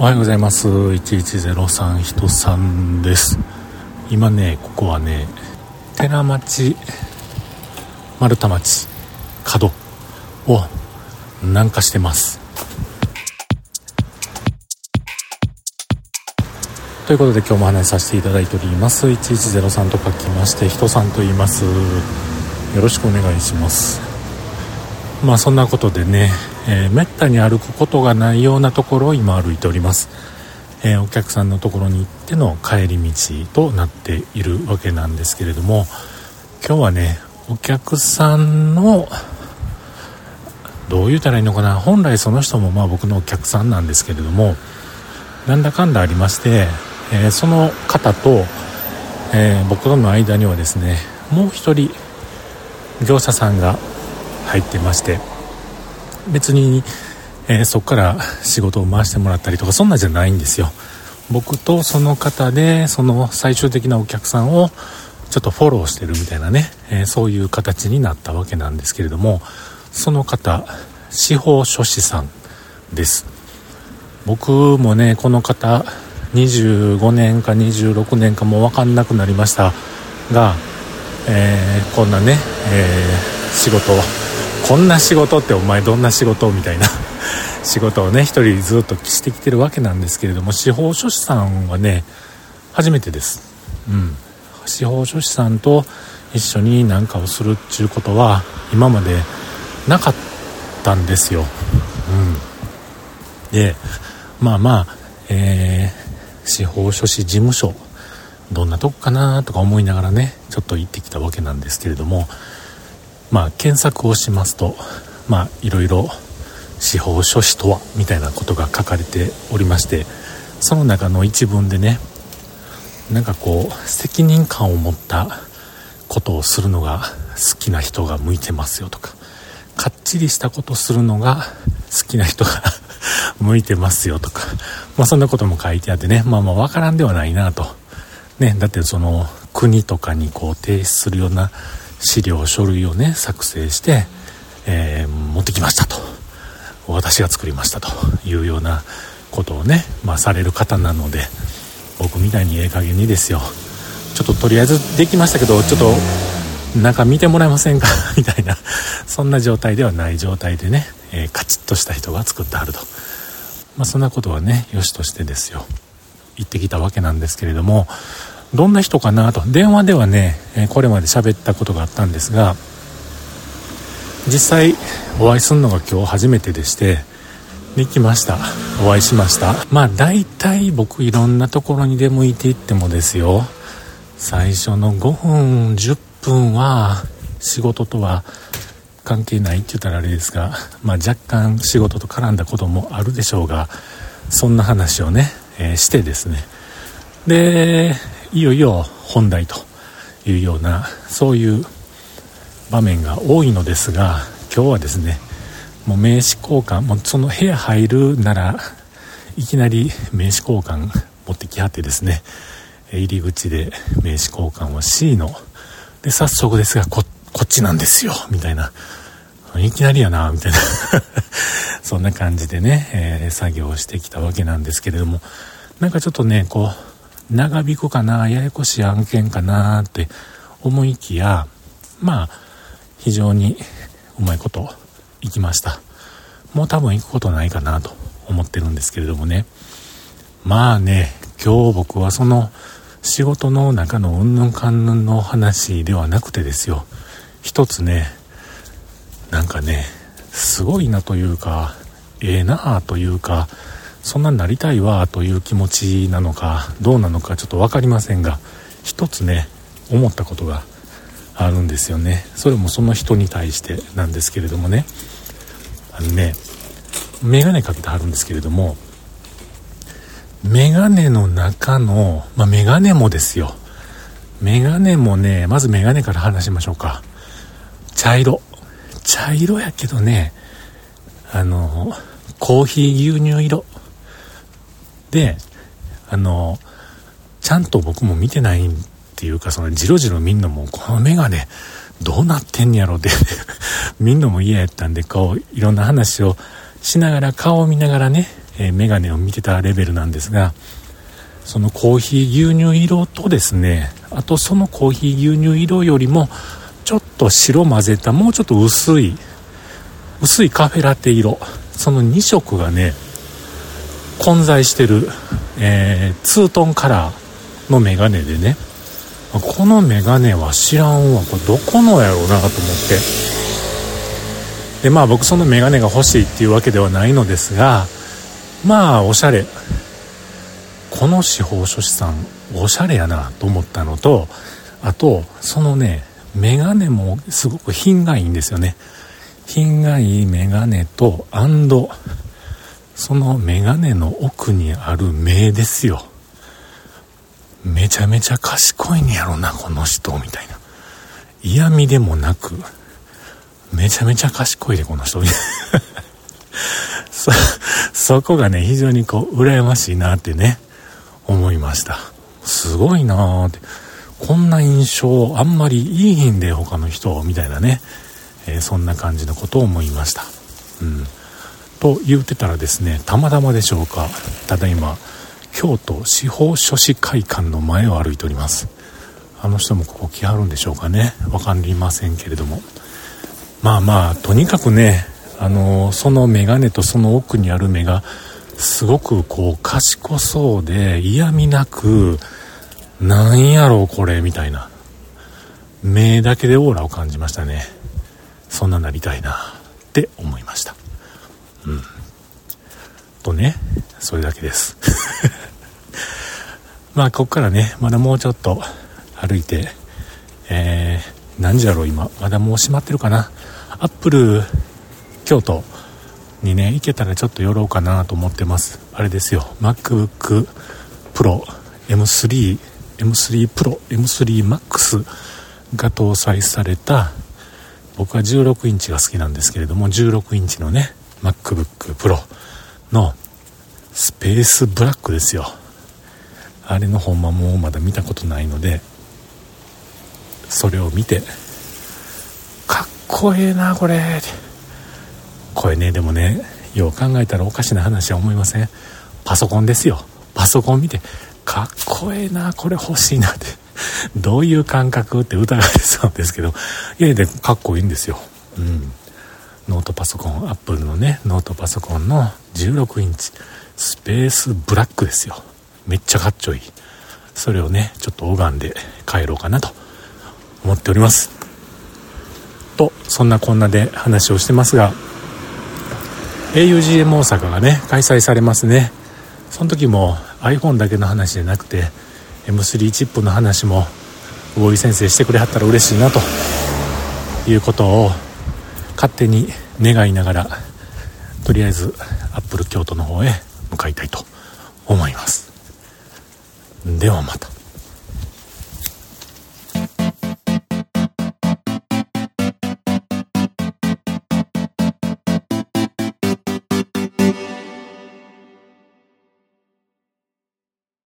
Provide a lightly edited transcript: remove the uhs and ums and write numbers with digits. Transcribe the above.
おはようございます。1103人さんです。今ね、ここはね、寺町丸太町角を南下してます。ということで今日も話させていただいております。1103と書きまして人さんと言います。よろしくお願いします。そんなことでね、めったに歩くことがないようなところを今歩いております。お客さんのところに行っての帰り道となっているわけなんですけれども、今日はね、お客さんのどう言ったらいいのかな、本来その人も僕のお客さんなんですけれども、なんだかんだありまして、その方と、僕との間にはですね、もう一人業者さんが入ってまして、別に、そこから仕事を回してもらったりとかそんなじゃないんですよ。僕とその方でその最終的なお客さんをちょっとフォローしてるみたいなね、そういう形になったわけなんですけれども、その方司法書士さんです。僕もね、この方25年か26年かも分かんなくなりましたが、こんなね、仕事、こんな仕事ってお前どんな仕事みたいな仕事をね一人ずっとしてきてるわけなんですけれども、司法書士さんはね初めてです。司法書士さんと一緒に何かをするっていうことは今までなかったんですよ。で司法書士事務所どんなとこかなとか思いながらねちょっと行ってきたわけなんですけれども、検索をしますといろいろ司法書士とはみたいなことが書かれておりまして、その中の一文でね、なんかこう責任感を持ったことをするのが好きな人が向いてますよとか、かっちりしたことするのが好きな人が向いてますよとか、そんなことも書いてあってね、わからんではないなとね。だってその国とかにこう提出するような資料書類をね作成して、持ってきましたと、私が作りましたというようなことをね、される方なので、僕みたいに加減にですよ、ちょっととりあえずできましたけどちょっと中見てもらえませんかみたいな、そんな状態ではない状態でね、カチッとした人が作ってあると、そんなことはねよしとしてですよ行ってきたわけなんですけれども、どんな人かなと電話ではねこれまで喋ったことがあったんですが、実際お会いするのが今日初めてでして、できました、お会いしました。だいたい僕いろんなところに出向いていってもですよ、最初の5分10分は仕事とは関係ないって言ったらあれですが、若干仕事と絡んだこともあるでしょうが、そんな話をね、してですね、でいよいよ本題というようなそういう場面が多いのですが、今日はですねもう名刺交換、もうその部屋入るならいきなり名刺交換持ってきはってですね、入り口で名刺交換は C ので、早速ですが こっちなんですよみたいな、いきなりやなみたいなそんな感じでね、作業をしてきたわけなんですけれども、なんかちょっとねこう長引くかな、ややこしい案件かなって思いきや、非常にうまいこといきました。もう多分行くことないかなと思ってるんですけれどもね、今日僕はその仕事の中のうんぬんかんぬんの話ではなくてですよ、一つねなんかねすごいなというか、なというか、そんなになりたいわという気持ちなのかどうなのかちょっと分かりませんが、一つね思ったことがあるんですよね。それもその人に対してなんですけれどもね、メガネかけてはるんですけれども、メガネの中のメガネもですよ、メガネもね、まずメガネから話しましょうか。茶色やけどね、コーヒー牛乳色で、ちゃんと僕も見てないっていうか、そのジロジロ見んのも、このメガネどうなってんやろって見んのも嫌やったんで、こういろんな話をしながら、顔を見ながらね、 メガネを見てたレベルなんですが、そのコーヒー牛乳色とですね、あとそのコーヒー牛乳色よりもちょっと白混ぜたもうちょっと薄いカフェラテ色、その2色がね混在してる、ツートンカラーのメガネでね、このメガネは知らんわ、これどこのやろうなと思って、で僕そのメガネが欲しいっていうわけではないのですが、おしゃれ、この司法書士さんおしゃれやなと思ったのと、あとそのねメガネもすごく品がいいんですよね。品がいいメガネとそのメガネの奥にある目ですよ。めちゃめちゃ賢いんやろなこの人みたいな、嫌味でもなくめちゃめちゃ賢いでこの人そこがね非常に羨ましいなってね思いました。すごいなーって、こんな印象あんまりいいひんで他の人みたいなね、そんな感じのことを思いました。と言ってたらですね、たまたまでしょうか、ただ今京都司法書士会館の前を歩いております。あの人もここ来はるんでしょうかね、わかりませんけれども、とにかくね、そのメガネとその奥にある目がすごく賢そうで嫌味なく、なんやろうこれみたいな、目だけでオーラを感じましたね。そんななりたいなって思いました。とね、それだけですここからねまだもうちょっと歩いて、何時だろう今、まだもう閉まってるかな。アップル京都にね行けたらちょっと寄ろうかなと思ってます。あれですよ、 MacBook Pro M3 Pro M3 Max が搭載された、僕は16インチが好きなんですけれども、16インチのね MacBook Pro のスペースブラックですよ。あれのほんまもうまだ見たことないので、それを見てかっこええなこれね。でもね、よう考えたらおかしな話は思いません？パソコンですよ。パソコン見てかっこええな、これ欲しいなってどういう感覚って疑われそうですけど、いやでかっこいいんですよ。ノートパソコン、アップルのねノートパソコンの16インチスペースブラックですよ。めっちゃかっちょいい。それをねちょっと拝んで帰ろうかなと思っておりますと、そんなこんなで話をしてますが、 augm 大阪がね開催されますね。その時も iPhone だけの話じゃなくて M3 チップの話も大井先生してくれはったら嬉しいなということを勝手に願いながら、とりあえずアップル京都の方へ向かいたいと思います。ではまた。